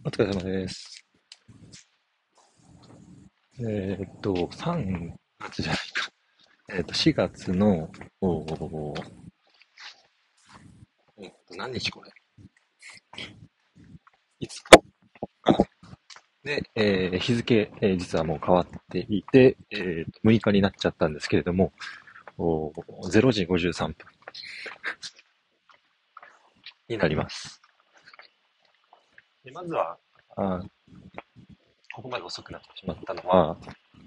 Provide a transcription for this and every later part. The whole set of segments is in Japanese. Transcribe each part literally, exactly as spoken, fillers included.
お疲れ様です。えーっと、さんがつじゃないか。えーっと、しがつの、おーえーっと、何日これ？いつかかな。で、えー日付、えー実はもう変わっていて、えーっと、むいかになっちゃったんですけれども、おーれいじごじゅうさんぷんになります。でまずは、あーここまで遅くなってしまったのは、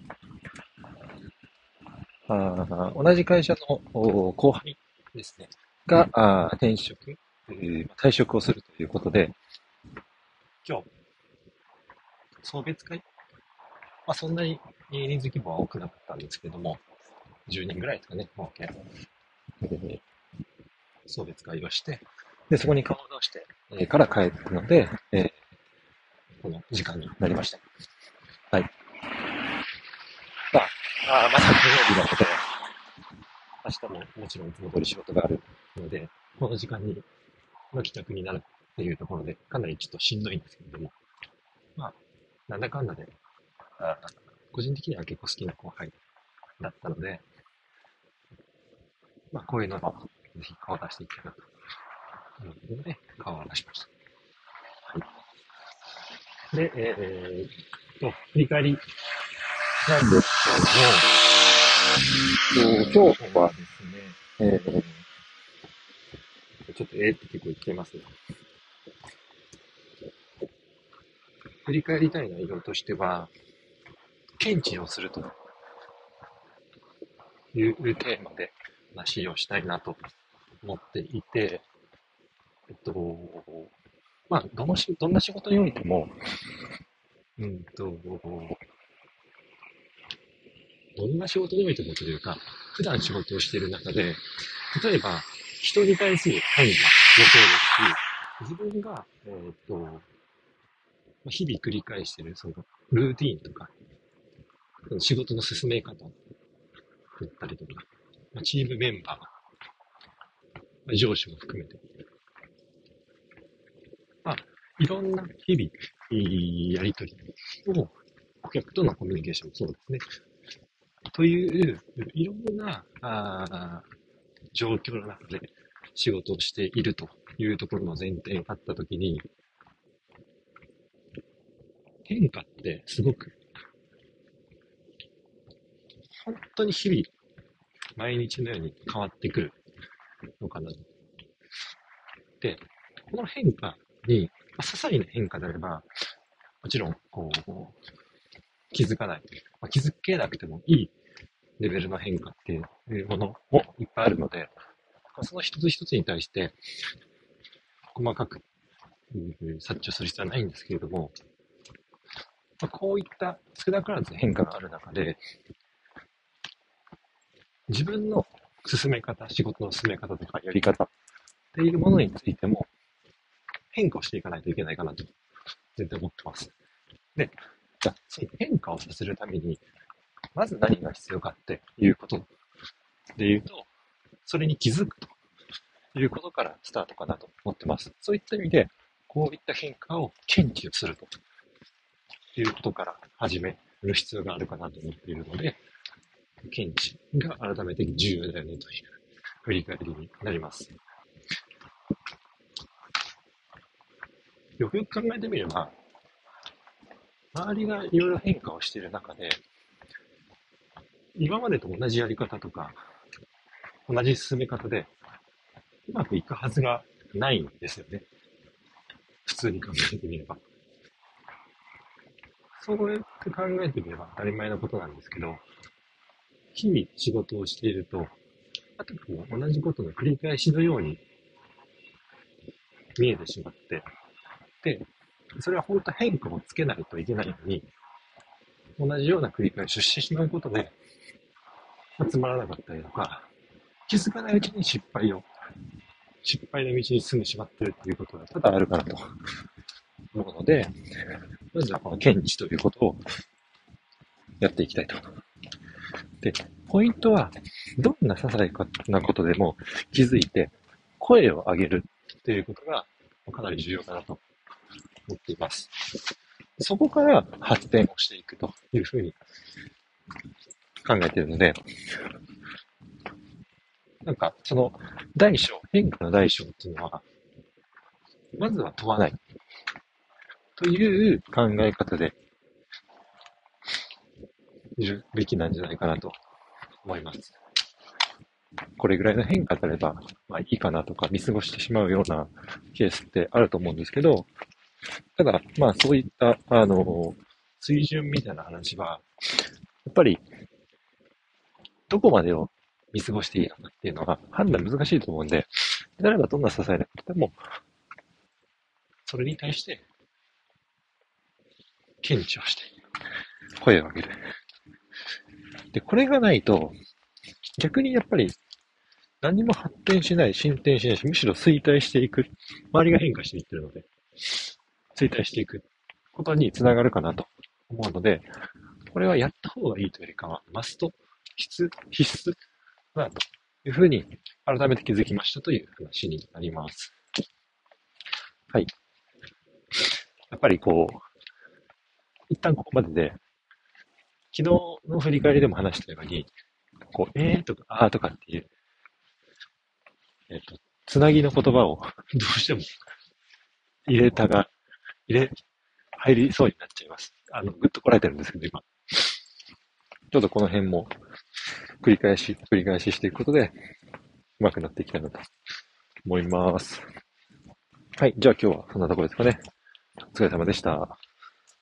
あー同じ会社のお後輩ですね、が、あー転職、えー退職をするということで、今日、送別会、まあ、そんなに人数規模は多くなかったんですけども、じゅうにんぐらいですかね、合計、えー送別会をして、で、そこに顔を出して、えーから帰ったので、えーこの時間になりました。はい。まあ、あまだ土曜日なので、明日ももちろんいつも通り仕事があるので、この時間にの帰宅になるっていうところで、かなりちょっとしんどいんですけれども、まあ、なんだかんだで、あ個人的には結構好きな後輩だったので、まあ、こういうのもぜひ顔を出していきたいなと思うので、顔を出しました。はい。で、えー、っと、振り返りなんですけれども、今日はですね、えー、ちょっとえーって結構言ってますね。振り返りたい内容としては、検知をするというテーマで話をしたいなと思っていて、えっと、まあ、どのし、どんな仕事においても、うんと、どんな仕事においてもというか、普段仕事をしている中で、例えば、人に対する変化もそうですし、自分が、えっと、日々繰り返している、その、ルーティーンとか、仕事の進め方だったりとか、チームメンバー、上司も含めて、まあ、いろんな日々、やりとりを、顧客とのコミュニケーションもそうですね。という、いろんな、あ状況の中で仕事をしているというところの前提に立ったときに、変化ってすごく、本当に日々、毎日のように変わってくるのかな。で、この変化に、まあ、些細な変化であれば、もちろん、こう、気づかない。まあ、気づけなくてもいいレベルの変化っていうものもいっぱいあるので、まあ、その一つ一つに対して細かく察知する必要はないんですけれども、まあ、こういった少なからず変化がある中で、自分の進め方、仕事の進め方とかやり方っていうものについても変化をしていかないといけないかなと全然思ってます。で、じゃあ、その変化をさせるために、まず何が必要かっていうことで言うと、それに気づくということからスタートかなと思ってます。そういった意味で、こういった変化を検知をするということから始める必要があるかなと思っているので、検知が改めて重要だよねという振り返りになります。よくよく考えてみれば、周りがいろいろ変化をしている中で、今までと同じやり方とか、同じ進め方で、うまくいくはずがないんですよね。普通に考えてみれば。そうやって考えてみれば当たり前のことなんですけど、日々仕事をしていると、あたかも同じことの繰り返しのように見えてしまって、で、それは本当変化をつけないといけないのに、同じような繰り返しをしてしまうことで、集まらなかったりとか、気づかないうちに失敗を、失敗の道に進んでしまっているということが多々あるかなと思うので、まずはこの検知ということをやっていきたいと。で、ポイントは、どんな些細なことでも気づいて声を上げるっていうことがかなり重要かなと思っています。そこから発展をしていくというふうに考えているので、なんか、その大小、変化の大小っていうのは、まずは問わないという考え方でいるべきなんじゃないかなと思います。これぐらいの変化であれば、まあいいかなとか見過ごしてしまうようなケースってあると思うんですけど、ただ、まあそういった、あの、水準みたいな話は、やっぱりどこまでを見過ごしていいのかっていうのは判断難しいと思うんで、であればどんな些細なことでも、それに対して検知をして声を上げる。で、これがないと、逆にやっぱり何も発展しない、進展しないし、むしろ衰退していく。周りが変化していってるので、衰退していくことにつながるかなと思うので、これはやった方がいいというよりかは、マスト、必須、必須だなというふうに改めて気づきましたという話になります。はい。やっぱりこう、一旦ここまでで、昨日の振り返りでも話したように、こう、えーとか、あーとかっていう、えっと、つなぎの言葉をどうしても入れたが、入れ、入りそうになっちゃいます。あの、ぐっとこらえてるんですけど、今。ちょっとこの辺も繰り返し、繰り返ししていくことで、上手くなっていきたいなと思います。はい。じゃあ今日はそんなところですかね。お疲れ様でした。